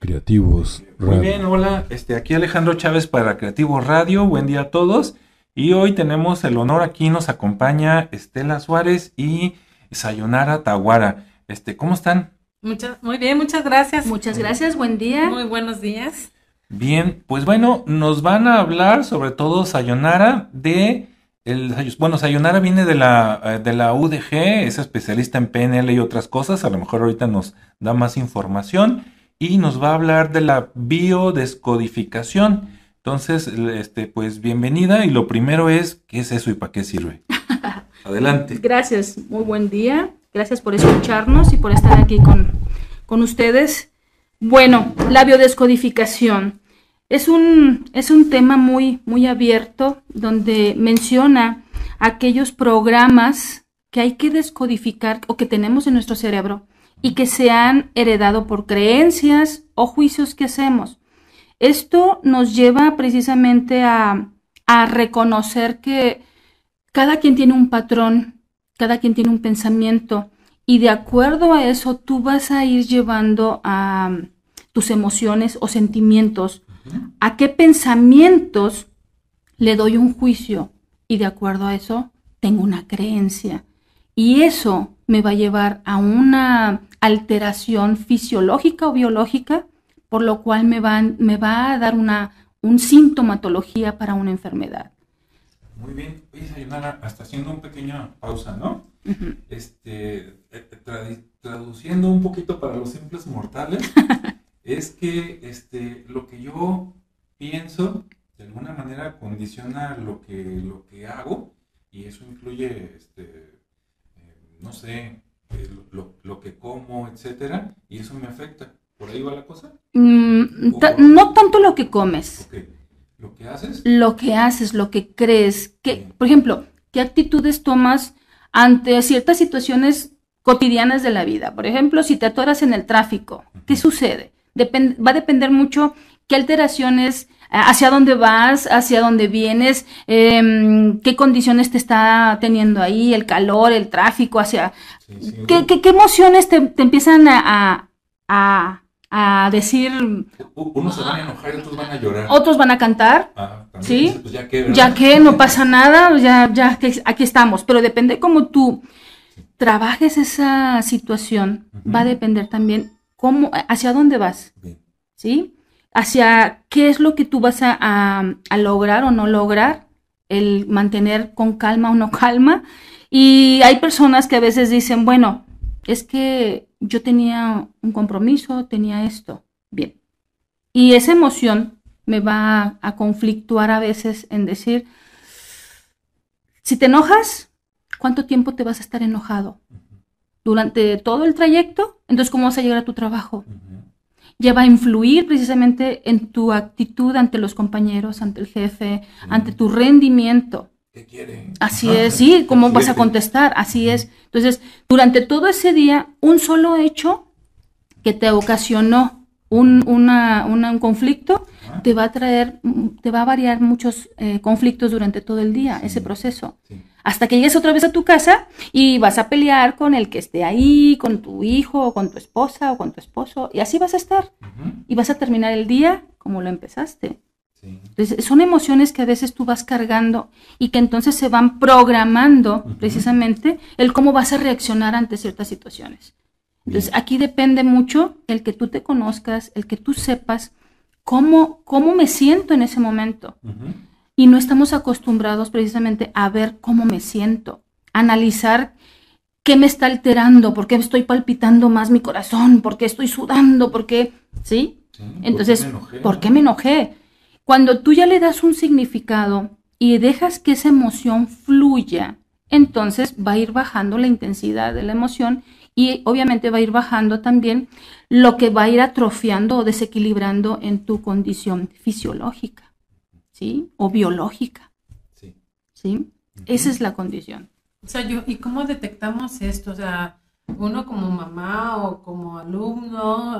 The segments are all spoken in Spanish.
Creativos Radio. Muy bien, hola, aquí Alejandro Chávez para Creativos Radio, buen día a todos. Y hoy tenemos el honor, aquí nos acompaña Estela Suárez y Sayonara Tawara. ¿Cómo están? Muy bien, muchas gracias. Muchas gracias, buen día. Muy buenos días. Bien, pues bueno, nos van a hablar sobre todo Sayonara Sayonara viene de la UDG, es especialista en PNL y otras cosas, a lo mejor ahorita nos da más información y nos va a hablar de la biodescodificación. Entonces, pues bienvenida, y lo primero es, ¿qué es eso y para qué sirve? Adelante. Gracias, muy buen día. Gracias por escucharnos y por estar aquí con ustedes. Bueno, la biodescodificación es un tema muy, muy abierto, donde menciona aquellos programas que hay que descodificar o que tenemos en nuestro cerebro y que se han heredado por creencias o juicios que hacemos. Esto nos lleva precisamente a reconocer que cada quien tiene un patrón, cada quien tiene un pensamiento, y de acuerdo a eso tú vas a ir llevando a tus emociones o sentimientos, a qué pensamientos le doy un juicio, y de acuerdo a eso tengo una creencia, y eso me va a llevar a una alteración fisiológica o biológica, por lo cual me va a dar una sintomatología para una enfermedad. Muy bien. Oye, Sayonara, hasta haciendo una pequeña pausa, ¿no? Uh-huh. Traduciendo un poquito para los simples mortales, es que lo que yo pienso de alguna manera condiciona lo que hago, y eso incluye no sé, lo que como, etcétera, y eso me afecta. ¿Por ahí va la cosa? No tanto lo que comes. Okay. ¿Lo que haces? Lo que haces, lo que crees. Por ejemplo, ¿qué actitudes tomas ante ciertas situaciones cotidianas de la vida? Por ejemplo, si te atoras en el tráfico, ¿qué sucede? Va a depender mucho qué alteraciones, hacia dónde vas, hacia dónde vienes, qué condiciones te está teniendo ahí, el calor, el tráfico, ¿qué emociones te empiezan a decir? Unos se van a enojar y otros van a llorar. Otros van a cantar, ¿sí? Pues ya que, ya que no pasa nada, ya que aquí estamos. Pero depende cómo tú trabajes esa situación, va a depender también hacia dónde vas, ¿sí? Hacia qué es lo que tú vas a lograr o no lograr, el mantener con calma o no calma. Y hay personas que a veces dicen, bueno, es que yo tenía un compromiso, tenía esto, bien. Y esa emoción me va a conflictuar a veces en decir, si te enojas, ¿cuánto tiempo te vas a estar enojado? ¿Durante todo el trayecto? Entonces, ¿cómo vas a llegar a tu trabajo? Ya va a influir precisamente en tu actitud ante los compañeros, ante el jefe, ante tu rendimiento. ¿Qué quieren? Así es, sí, ¿cómo vas a contestar? Así es. Entonces, durante todo ese día, un solo hecho que te ocasionó un conflicto, te va a variar muchos conflictos durante todo el día, ese proceso. Sí. Hasta que llegues otra vez a tu casa y vas a pelear con el que esté ahí, con tu hijo, o con tu esposa, o con tu esposo, y así vas a estar. Y vas a terminar el día como lo empezaste. Sí. Entonces, son emociones que a veces tú vas cargando y que entonces se van programando precisamente el cómo vas a reaccionar ante ciertas situaciones. Entonces, aquí depende mucho el que tú te conozcas, el que tú sepas cómo me siento en ese momento. Y no estamos acostumbrados precisamente a ver cómo me siento, analizar qué me está alterando, por qué estoy palpitando más mi corazón, por qué estoy sudando, por qué, ¿sí? Entonces, ¿por qué me enojé? Cuando tú ya le das un significado y dejas que esa emoción fluya, entonces va a ir bajando la intensidad de la emoción y obviamente va a ir bajando también lo que va a ir atrofiando o desequilibrando en tu condición fisiológica, ¿sí? O biológica, ¿sí? Esa es la condición. O sea, ¿y cómo detectamos esto? O sea, uno como mamá o como alumno,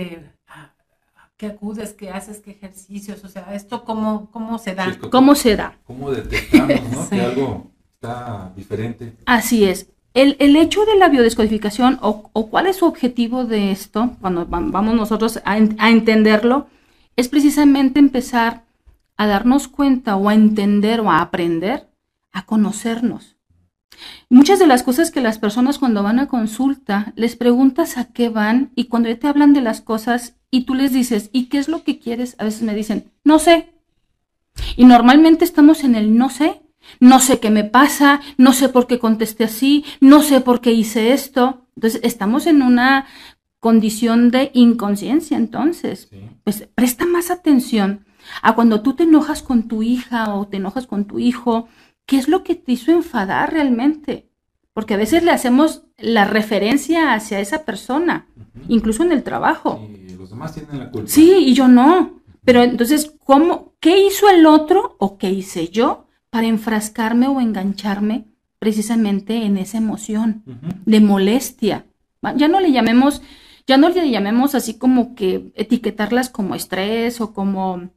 ¿qué acudes? ¿Qué haces? ¿Qué ejercicios? O sea, ¿esto cómo se da? ¿Cómo se da? ¿Cómo detectamos, no? Sí. Que algo está diferente. Así es. el hecho de la biodescodificación o cuál es su objetivo de esto, cuando vamos nosotros a entenderlo, es precisamente empezar a darnos cuenta o a entender o a aprender a conocernos. Muchas de las cosas que las personas cuando van a consulta, les preguntas a qué van y cuando ya te hablan de las cosas y tú les dices, ¿y qué es lo que quieres? A veces me dicen, no sé. Y normalmente estamos en el no sé. No sé qué me pasa, no sé por qué contesté así, no sé por qué hice esto. Entonces, estamos en una condición de inconsciencia, entonces. Sí. Pues presta más atención a cuando tú te enojas con tu hija o te enojas con tu hijo, ¿qué es lo que te hizo enfadar realmente? Porque a veces le hacemos la referencia hacia esa persona, incluso en el trabajo. Y los demás tienen la culpa. Sí, y yo no. Pero entonces, ¿qué hizo el otro o qué hice yo para enfrascarme o engancharme precisamente en esa emoción de molestia? Ya no le llamemos así como que etiquetarlas como estrés o como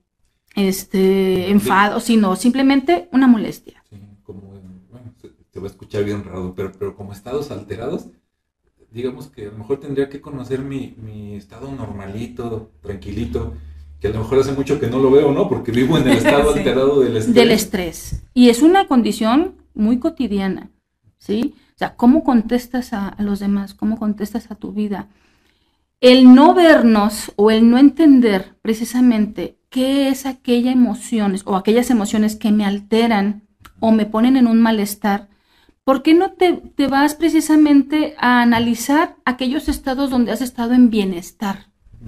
enfado, sino simplemente una molestia. Sí, como, bueno, se va a escuchar bien raro, pero como estados alterados, digamos que a lo mejor tendría que conocer mi estado normalito, tranquilito, que a lo mejor hace mucho que no lo veo, ¿no? Porque vivo en el estado sí. alterado del estrés. Del estrés. Y es una condición muy cotidiana, ¿sí? O sea, ¿cómo contestas a los demás? ¿Cómo contestas a tu vida? El no vernos o el no entender precisamente qué es aquella emociones o aquellas emociones que me alteran o me ponen en un malestar, ¿por qué no te vas precisamente a analizar aquellos estados donde has estado en bienestar?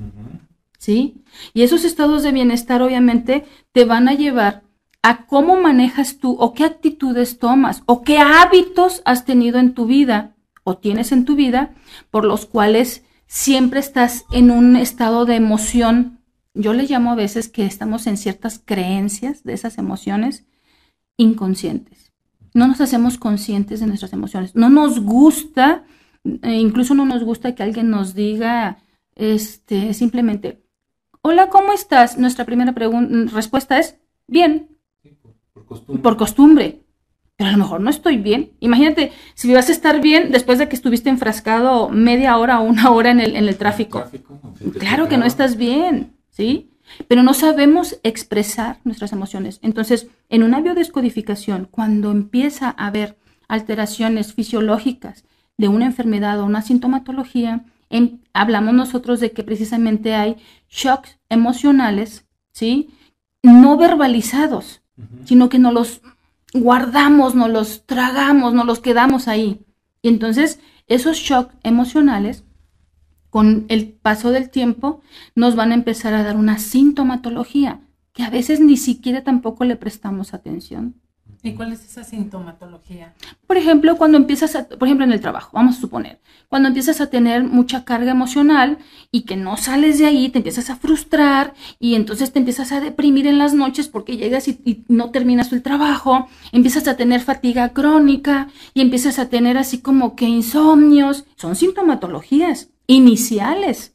¿Sí? Y esos estados de bienestar obviamente te van a llevar a cómo manejas tú o qué actitudes tomas o qué hábitos has tenido en tu vida o tienes en tu vida por los cuales siempre estás en un estado de emoción. Yo le llamo a veces que estamos en ciertas creencias de esas emociones inconscientes. No nos hacemos conscientes de nuestras emociones. No nos gusta, incluso no nos gusta que alguien nos diga simplemente, hola, ¿cómo estás? Nuestra primera respuesta es, bien. Sí, por costumbre. Por costumbre. Pero a lo mejor no estoy bien. Imagínate, si vas a estar bien después de que estuviste enfrascado media hora o una hora en el tráfico. Claro que no estás bien, ¿sí? Pero no sabemos expresar nuestras emociones. Entonces, en una biodescodificación, cuando empieza a haber alteraciones fisiológicas de una enfermedad o una sintomatología, hablamos nosotros de que precisamente hay shocks emocionales, ¿sí? No verbalizados, sino que nos los guardamos, nos los tragamos, nos los quedamos ahí. Y entonces esos shocks emocionales, con el paso del tiempo, nos van a empezar a dar una sintomatología que a veces ni siquiera tampoco le prestamos atención. ¿Y cuál es esa sintomatología? Por ejemplo, cuando empiezas por ejemplo, en el trabajo, vamos a suponer, cuando empiezas a tener mucha carga emocional y que no sales de ahí, te empiezas a frustrar y entonces te empiezas a deprimir en las noches porque llegas y no terminas el trabajo, empiezas a tener fatiga crónica y empiezas a tener así como que insomnios. Son sintomatologías iniciales.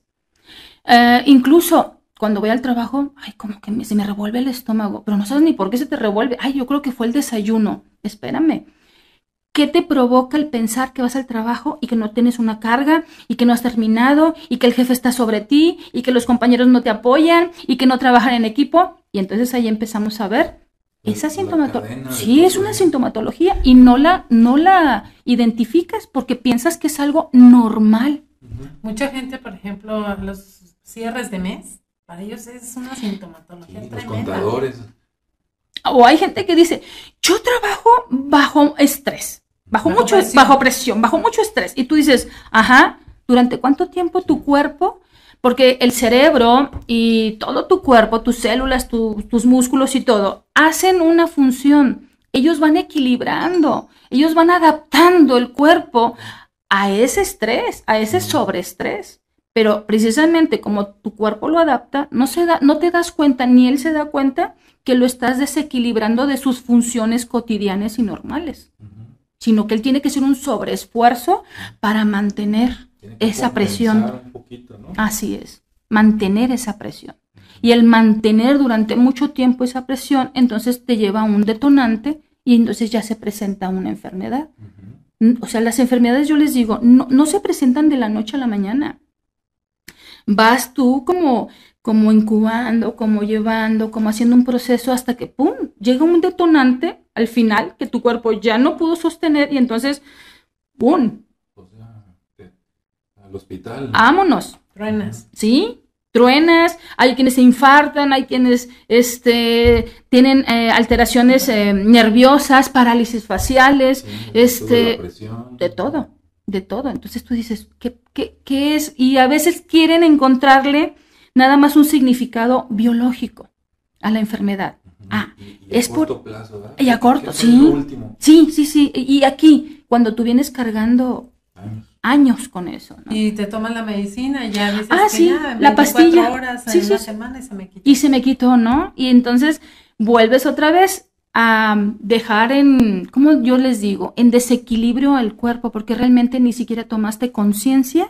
Incluso cuando voy al trabajo, ay, como que se me revuelve el estómago, pero no sabes ni por qué se te revuelve. Ay, yo creo que fue el desayuno. Espérame. ¿Qué te provoca el pensar que vas al trabajo y que no tienes una carga y que no has terminado y que el jefe está sobre ti y que los compañeros no te apoyan y que no trabajan en equipo? Y entonces ahí empezamos a ver esa sintomatología. Sí, es una sintomatología y no la identificas porque piensas que es algo normal. Mucha gente, por ejemplo, los cierres de mes, para ellos es una sintomatología tremenda. Los contadores. O hay gente que dice, yo trabajo bajo estrés, bajo presión, bajo mucho estrés. Y tú dices, ajá, ¿durante cuánto tiempo tu cuerpo? Porque el cerebro y todo tu cuerpo, tus células, tus músculos y todo, hacen una función. Ellos van equilibrando, ellos van adaptando el cuerpo a ese estrés, a ese sobreestrés. Pero precisamente como tu cuerpo lo adapta, no te das cuenta, ni él se da cuenta que lo estás desequilibrando de sus funciones cotidianas y normales. Sino que él tiene que hacer un sobreesfuerzo para mantener esa presión. Un poquito, ¿no? Así es, mantener esa presión. Y el mantener durante mucho tiempo esa presión, entonces te lleva a un detonante y entonces ya se presenta una enfermedad. O sea, las enfermedades, yo les digo, no se presentan de la noche a la mañana. Vas tú como incubando, como llevando, como haciendo un proceso hasta que, ¡pum!, llega un detonante al final que tu cuerpo ya no pudo sostener y entonces, ¡pum!, O sea, al hospital. ¡vámonos! Truenas. ¿Sí? Truenas, hay quienes se infartan, hay quienes tienen alteraciones nerviosas, parálisis faciales, la presión. de todo. Entonces tú dices, ¿qué es? Y a veces quieren encontrarle nada más un significado biológico a la enfermedad. Y a corto plazo, ¿verdad? Y a corto, ¿Qué fue lo último? Sí. Y aquí, cuando tú vienes cargando años con eso, ¿no? Y te toman la medicina y ya dices que sí, ya, la pastilla. horas Sí, en una sí. semana y se me quitó. Y se me quitó, ¿no? Y entonces vuelves otra vez a dejar como yo les digo, en desequilibrio al cuerpo, porque realmente ni siquiera tomaste conciencia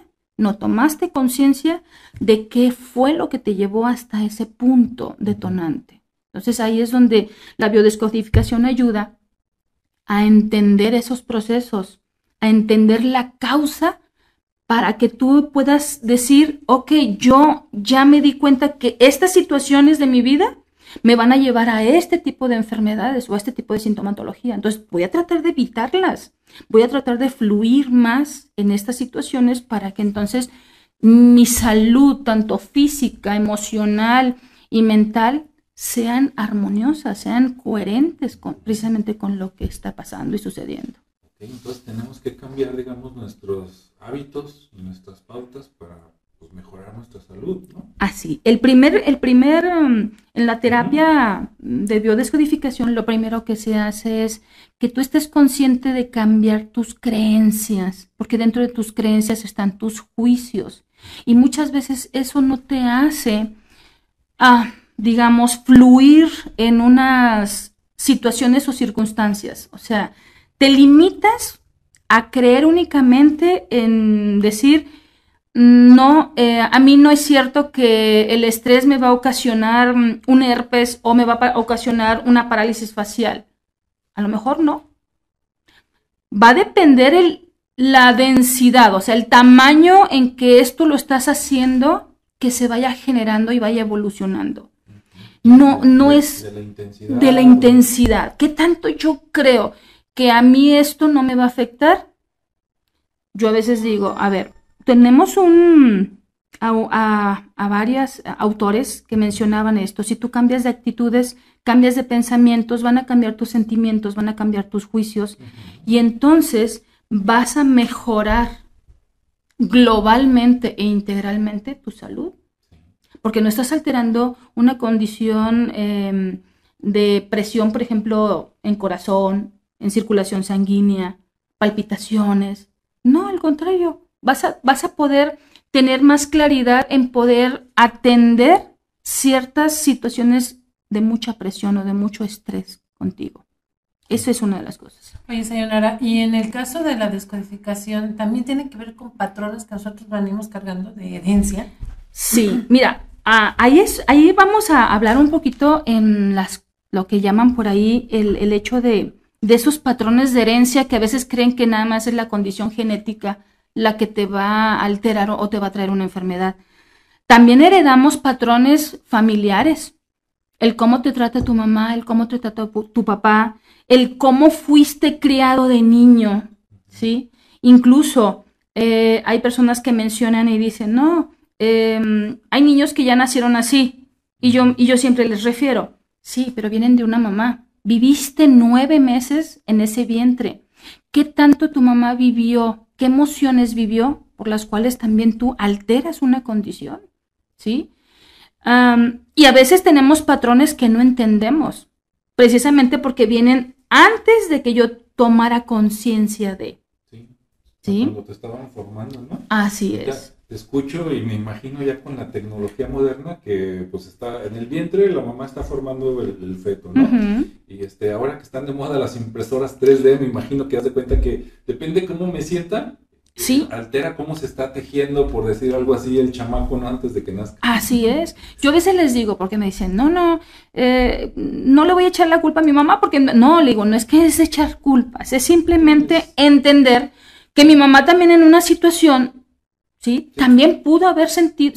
de qué fue lo que te llevó hasta ese punto detonante. Entonces ahí es donde la biodescodificación ayuda a entender esos procesos, a entender la causa para que tú puedas decir, ok, yo ya me di cuenta que estas situaciones de mi vida me van a llevar a este tipo de enfermedades o a este tipo de sintomatología. Entonces voy a tratar de evitarlas, voy a tratar de fluir más en estas situaciones para que entonces mi salud, tanto física, emocional y mental, sean armoniosas, sean coherentes precisamente con lo que está pasando y sucediendo. Okay, entonces tenemos que cambiar, digamos, nuestros hábitos y nuestras pautas para mejorar nuestra salud, ¿no? Así, en la terapia de biodescodificación, lo primero que se hace es que tú estés consciente de cambiar tus creencias, porque dentro de tus creencias están tus juicios, y muchas veces eso no te hace, digamos, fluir en unas situaciones o circunstancias, o sea, te limitas a creer únicamente en decir, no, a mí no es cierto que el estrés me va a ocasionar un herpes o me va a ocasionar una parálisis facial. A lo mejor no. Va a depender la densidad, o sea, el tamaño en que esto lo estás haciendo, que se vaya generando y vaya evolucionando. No es de la intensidad. ¿Qué tanto yo creo que a mí esto no me va a afectar? Yo a veces digo, a ver, tenemos a varios autores que mencionaban esto. Si tú cambias de actitudes, cambias de pensamientos, van a cambiar tus sentimientos, van a cambiar tus juicios, y entonces vas a mejorar globalmente e integralmente tu salud. Porque no estás alterando una condición de presión, por ejemplo, en corazón, en circulación sanguínea, palpitaciones. No, al contrario. Vas a poder tener más claridad en poder atender ciertas situaciones de mucha presión o de mucho estrés contigo. Eso es una de las cosas. Oye, Sayonara, y en el caso de la descodificación, ¿también tiene que ver con patrones que nosotros venimos cargando de herencia? Sí, mira, ahí vamos a hablar un poquito en lo que llaman por ahí el hecho de esos patrones de herencia que a veces creen que nada más es la condición genética la que te va a alterar o te va a traer una enfermedad. También heredamos patrones familiares. El cómo te trata tu mamá, el cómo te trata tu papá, el cómo fuiste criado de niño, ¿sí? Incluso hay personas que mencionan y dicen, no, hay niños que ya nacieron así, y yo siempre les refiero, sí, pero vienen de una mamá. Viviste 9 meses en ese vientre. ¿Qué tanto tu mamá vivió? ¿Qué emociones vivió por las cuales también tú alteras una condición? ¿Sí? Y a veces tenemos patrones que no entendemos, precisamente porque vienen antes de que yo tomara conciencia de. Sí. Cuando te estaban formando, ¿no? Así es. Te escucho y me imagino ya con la tecnología moderna que pues está en el vientre, la mamá está formando el feto, ¿no? Uh-huh. Y ahora que están de moda las impresoras 3D, me imagino que das de cuenta que depende cómo me sientan, Sí. Altera cómo se está tejiendo, por decir algo así, el chamaco, ¿no? Antes de que nazca. Así es. Yo a veces les digo, porque me dicen, no le voy a echar la culpa a mi mamá, porque no, le digo, no es que es echar culpas, es simplemente entender que mi mamá también en una situación, ¿sí? También pudo haber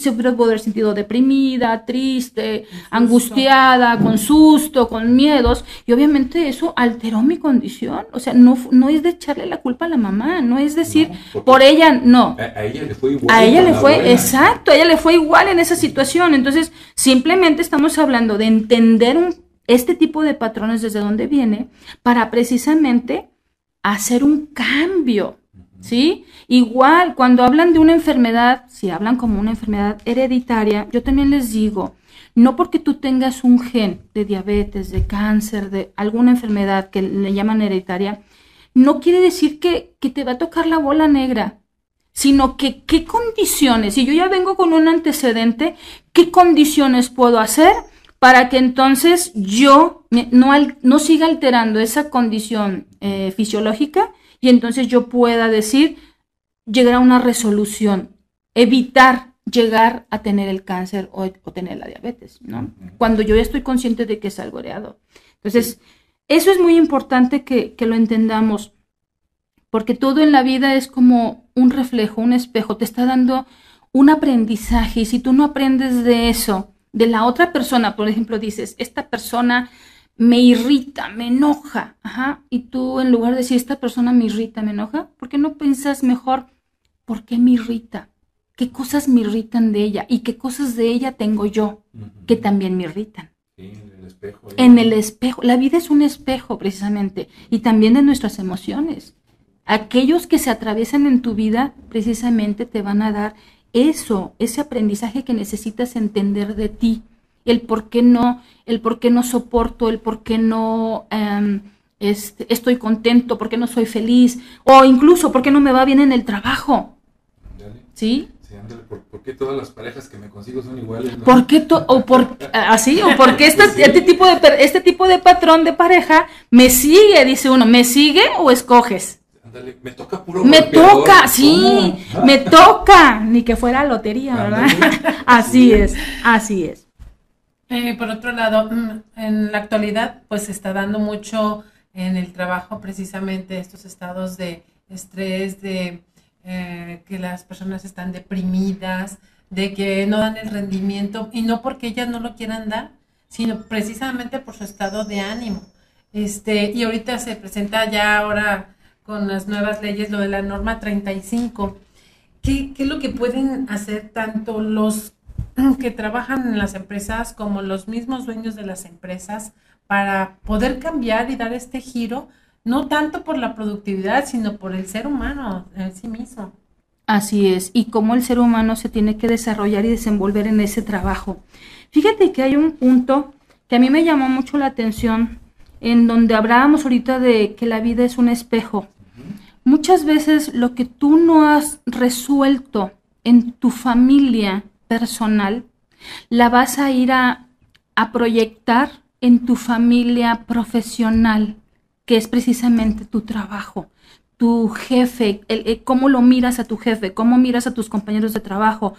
sentido deprimida, triste, angustiada, con susto, con miedos, y obviamente eso alteró mi condición. O sea, no es de echarle la culpa a la mamá, no es decir, por ella, no. A ella le fue igual. A ella le fue, exacto, a ella le fue igual en esa situación. Entonces, simplemente estamos hablando de entender este tipo de patrones desde dónde viene, para precisamente hacer un cambio, ¿sí? Igual, cuando hablan de una enfermedad, si hablan como una enfermedad hereditaria, yo también les digo, no porque tú tengas un gen de diabetes, de cáncer, de alguna enfermedad que le llaman hereditaria, no quiere decir que te va a tocar la bola negra, sino que qué condiciones, si yo ya vengo con un antecedente, qué condiciones puedo hacer para que entonces yo no siga alterando esa condición fisiológica, y entonces yo pueda llegar a una resolución, evitar llegar a tener el cáncer o tener la diabetes, ¿no? Cuando yo ya estoy consciente de que es algo heredado. Entonces, eso es muy importante que lo entendamos, porque todo en la vida es como un reflejo, un espejo, te está dando un aprendizaje, y si tú no aprendes de eso, de la otra persona, por ejemplo, dices, esta persona me irrita, me enoja, y tú en lugar de decir, esta persona me irrita, me enoja, ¿por qué no piensas mejor, por qué me irrita? ¿Qué cosas me irritan de ella? ¿Y qué cosas de ella tengo yo que también me irritan? Sí, en el espejo. En el espejo. La vida es un espejo, precisamente, y también de nuestras emociones. Aquellos que se atraviesan en tu vida, precisamente te van a dar ese aprendizaje que necesitas entender de ti. El por qué no soporto, el por qué no estoy contento, por qué no soy feliz, o incluso por qué no me va bien en el trabajo. ¿Sí? Sí, ándale, ¿por qué todas las parejas que me consigo son iguales? ¿No? ¿Por qué este tipo de patrón de pareja me sigue? Dice uno, ¿me sigue o escoges? Ándale, me toca puro Me golpeador. toca, sí, me toca, ni que fuera lotería, ¿verdad? Así es. Por otro lado, en la actualidad, pues se está dando mucho en el trabajo precisamente estos estados de estrés, de que las personas están deprimidas, de que no dan el rendimiento, y no porque ellas no lo quieran dar, sino precisamente por su estado de ánimo. Y ahorita se presenta ya ahora con las nuevas leyes lo de la norma 35. ¿Qué es lo que pueden hacer tanto los que trabajan en las empresas como los mismos dueños de las empresas para poder cambiar y dar este giro, no tanto por la productividad, sino por el ser humano en sí mismo? Así es, y cómo el ser humano se tiene que desarrollar y desenvolver en ese trabajo. Fíjate que hay un punto que a mí me llamó mucho la atención, en donde hablábamos ahorita de que la vida es un espejo. Muchas veces lo que tú no has resuelto en tu familia personal, la vas a ir a proyectar en tu familia profesional, que es precisamente tu trabajo, tu jefe, cómo lo miras a tu jefe, cómo miras a tus compañeros de trabajo,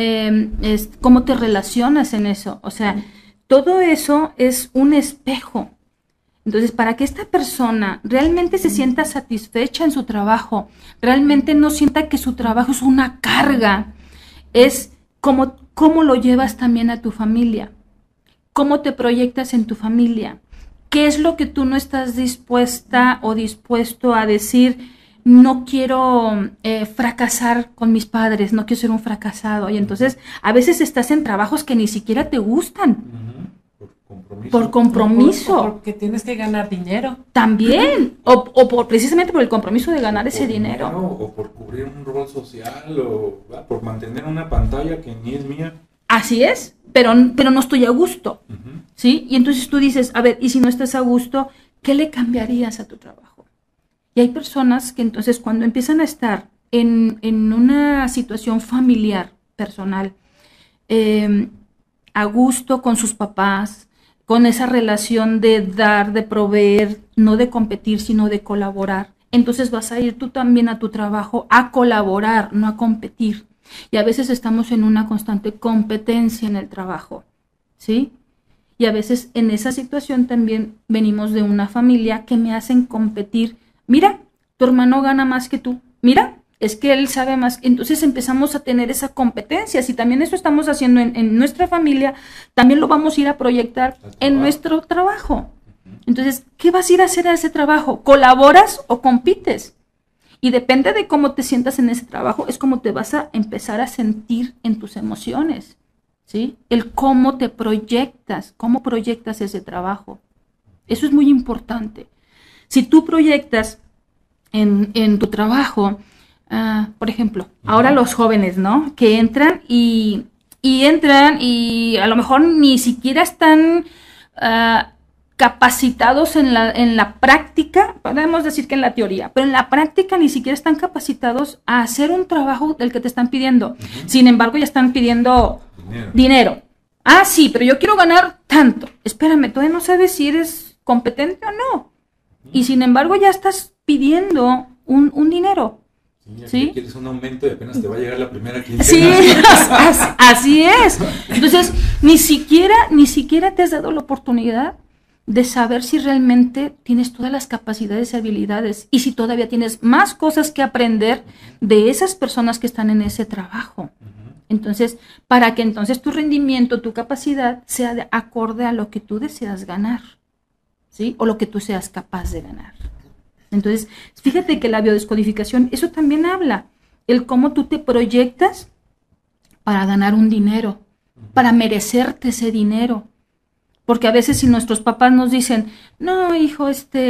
cómo te relacionas en eso. O sea, todo eso es un espejo. Entonces, para que esta persona realmente se sienta satisfecha en su trabajo, realmente no sienta que su trabajo es una carga, es cómo lo llevas también a tu familia, cómo te proyectas en tu familia, qué es lo que tú no estás dispuesta o dispuesto a decir, no quiero fracasar con mis padres, no quiero ser un fracasado. Y entonces, a veces estás en trabajos que ni siquiera te gustan. Por compromiso. O porque tienes que ganar dinero. También. Precisamente por el compromiso de ganar ese dinero. O por cubrir un rol social, o por mantener una pantalla que ni es mía. Así es, pero no estoy a gusto. ¿Sí? Y entonces tú dices, a ver, y si no estás a gusto, ¿qué le cambiarías a tu trabajo? Y hay personas que entonces cuando empiezan a estar en una situación familiar, personal, a gusto con sus papás, con esa relación de dar, de proveer, no de competir, sino de colaborar, entonces vas a ir tú también a tu trabajo a colaborar, no a competir. Y a veces estamos en una constante competencia en el trabajo, ¿sí? Y a veces en esa situación también venimos de una familia que me hacen competir. Mira, tu hermano gana más que tú. Mira, es que él sabe más. Entonces empezamos a tener esa competencia. Si también eso estamos haciendo en nuestra familia, también lo vamos a ir a proyectar en nuestro trabajo. Entonces, ¿qué vas a ir a hacer a ese trabajo? ¿Colaboras o compites? Y depende de cómo te sientas en ese trabajo, es como te vas a empezar a sentir en tus emociones, ¿sí? El cómo te proyectas, cómo proyectas ese trabajo. Eso es muy importante. Si tú proyectas en tu trabajo, por ejemplo, ahora los jóvenes, ¿no? Que entran y a lo mejor ni siquiera están capacitados en la práctica, podemos decir que en la teoría, pero en la práctica ni siquiera están capacitados a hacer un trabajo del que te están pidiendo. Sin embargo, ya están pidiendo dinero. Ah, sí, pero yo quiero ganar tanto. Espérame, todavía no sabes si eres competente o no. Y sin embargo, ya estás pidiendo un dinero. ¿Sí? Quieres un aumento y apenas te va a llegar la primera quincena. Sí, así es. Entonces, ni siquiera te has dado la oportunidad de saber si realmente tienes todas las capacidades y habilidades y si todavía tienes más cosas que aprender de esas personas que están en ese trabajo. Entonces, para que entonces tu rendimiento, tu capacidad sea de acorde a lo que tú deseas ganar, ¿sí? O lo que tú seas capaz de ganar. Entonces, fíjate que la biodescodificación, eso también habla, el cómo tú te proyectas para ganar un dinero, para merecerte ese dinero. Porque a veces si nuestros papás nos dicen, no, hijo,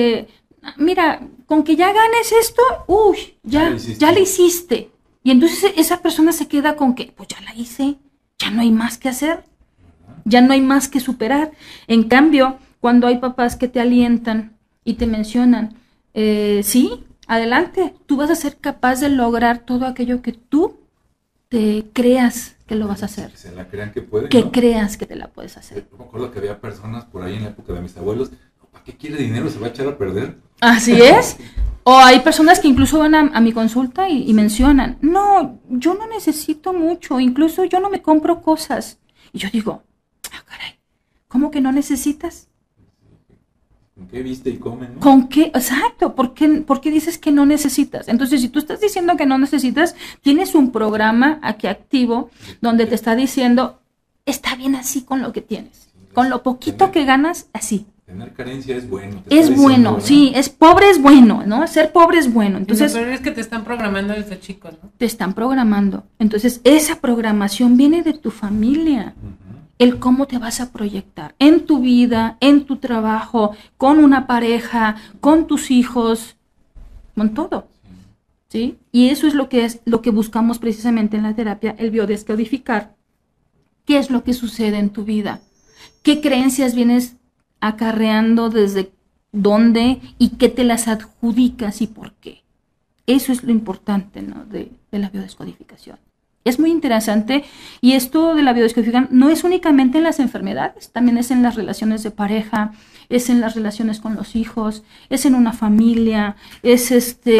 mira, con que ya ganes esto, uy, ya lo hiciste. Y entonces esa persona se queda con que, pues ya la hice, ya no hay más que hacer, ya no hay más que superar. En cambio, cuando hay papás que te alientan y te mencionan, sí, adelante, tú vas a ser capaz de lograr todo aquello que tú te creas que lo vas a hacer. Que se la crean que pueden, que ¿no? Creas que te la puedes hacer. Yo me acuerdo que había personas por ahí en la época de mis abuelos, ¿para qué quiere dinero? ¿Se va a echar a perder? Así es. O hay personas que incluso van a mi consulta y mencionan, no, yo no necesito mucho, incluso yo no me compro cosas. Y yo digo, caray, ¿cómo que no necesitas? ¿Con qué viste y comen, no? ¿Con qué? Exacto, ¿por qué dices que no necesitas? Entonces, si tú estás diciendo que no necesitas, tienes un programa aquí activo donde te está diciendo, está bien así con lo que tienes, con lo poquito que ganas, así. Tener carencia es bueno. Es bueno, ¿no? Sí, pobre es bueno, ¿no? Ser pobre es bueno. Entonces, pero es que te están programando desde chicos, ¿no? Te están programando. Entonces, esa programación viene de tu familia. El cómo te vas a proyectar en tu vida, en tu trabajo, con una pareja, con tus hijos, con todo, ¿sí? Y eso es lo que buscamos precisamente en la terapia, el biodescodificar. ¿Qué es lo que sucede en tu vida? ¿Qué creencias vienes acarreando, desde dónde y qué te las adjudicas y por qué? Eso es lo importante, ¿no? de la biodescodificación. Es muy interesante, y esto de la biodescodificación no es únicamente en las enfermedades, también es en las relaciones de pareja, es en las relaciones con los hijos, es en una familia, es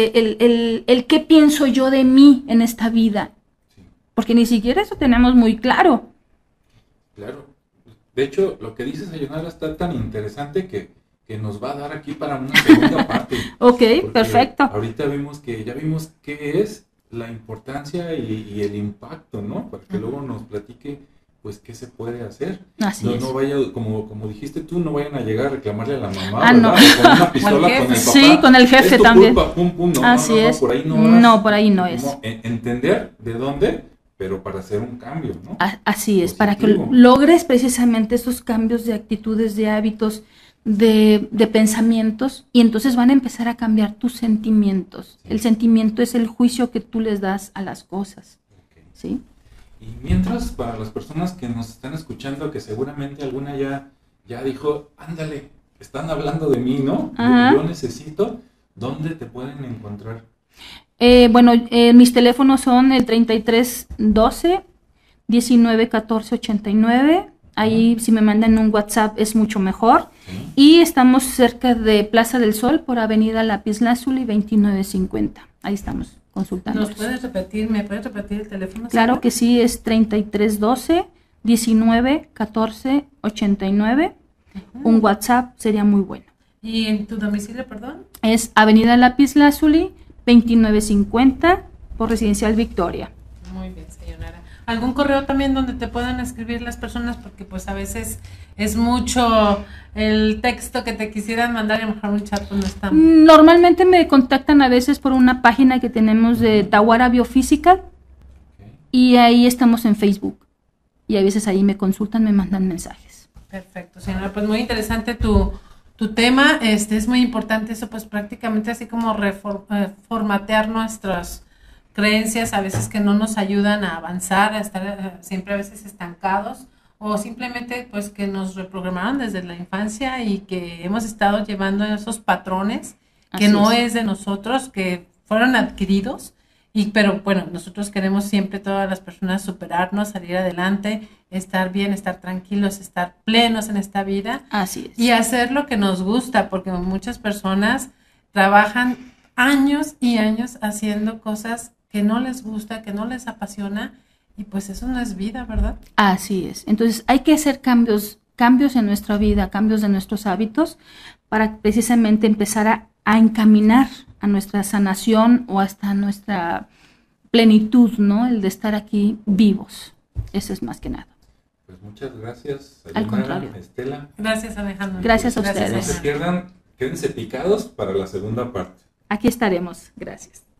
el qué pienso yo de mí en esta vida, porque ni siquiera eso tenemos muy claro. Claro, de hecho lo que dices, Sayonara, está tan interesante que nos va a dar aquí para una segunda parte. Ok, perfecto. Ahorita ya vimos qué es la importancia y el impacto, ¿no? Para que luego nos platique, pues, qué se puede hacer. Así es. No vaya, como dijiste tú, no vayan a llegar a reclamarle a la mamá, ¿verdad? No. O con una pistola con el papá. Sí, con el jefe también. Culpa, pum, pum. No, así es. Por ahí por ahí no es. Entender de dónde, pero para hacer un cambio, ¿no? Así es, positivo. Para que logres precisamente esos cambios de actitudes, de hábitos, de pensamientos, y entonces van a empezar a cambiar tus sentimientos. Sí. El sentimiento es el juicio que tú les das a las cosas. Okay. ¿Sí? Y mientras, para las personas que nos están escuchando, que seguramente alguna ya dijo, ándale, están hablando de mí, ¿no? Yo necesito, ¿dónde te pueden encontrar? Mis teléfonos son el 33 12 19 14 89 Ahí si me mandan un WhatsApp es mucho mejor. Sí. Y estamos cerca de Plaza del Sol por Avenida Lapislázuli 2950. Ahí estamos consultando. ¿Me puedes repetir el teléfono? Claro que sí, es 3312 19 14 89. Un WhatsApp sería muy bueno. ¿Y en tu domicilio, perdón? Es Avenida Lapislázuli 2950 por Residencial Victoria. Muy bien, señora. ¿Algún correo también donde te puedan escribir las personas? Porque pues a veces es mucho el texto que te quisieran mandar y a lo mejor un chat pues no está. Normalmente me contactan a veces por una página que tenemos de Tawara Biofísica Okay. y ahí estamos en Facebook. Y a veces ahí me consultan, me mandan mensajes. Perfecto, señora. Pues muy interesante tu tema. Es muy importante eso, pues prácticamente así como formatear nuestras creencias a veces que no nos ayudan a avanzar, a estar siempre a veces estancados o simplemente pues que nos reprogramaron desde la infancia y que hemos estado llevando esos patrones que Así no es. es de nosotros, que fueron adquiridos. Pero bueno, nosotros queremos siempre todas las personas superarnos, salir adelante, estar bien, estar tranquilos, estar plenos en esta vida Así es. y hacer lo que nos gusta, porque muchas personas trabajan años y años haciendo cosas que no les gusta, que no les apasiona, y pues eso no es vida, ¿verdad? Así es. Entonces hay que hacer cambios en nuestra vida, cambios de nuestros hábitos para precisamente empezar a encaminar a nuestra sanación o hasta nuestra plenitud, ¿no? El de estar aquí vivos. Eso es más que nada. Pues muchas gracias, Al Sayonara, contrario. Estela. Gracias, Alejandro. Gracias a No ustedes. se pierdan, quédense picados para la segunda parte. Aquí estaremos. Gracias.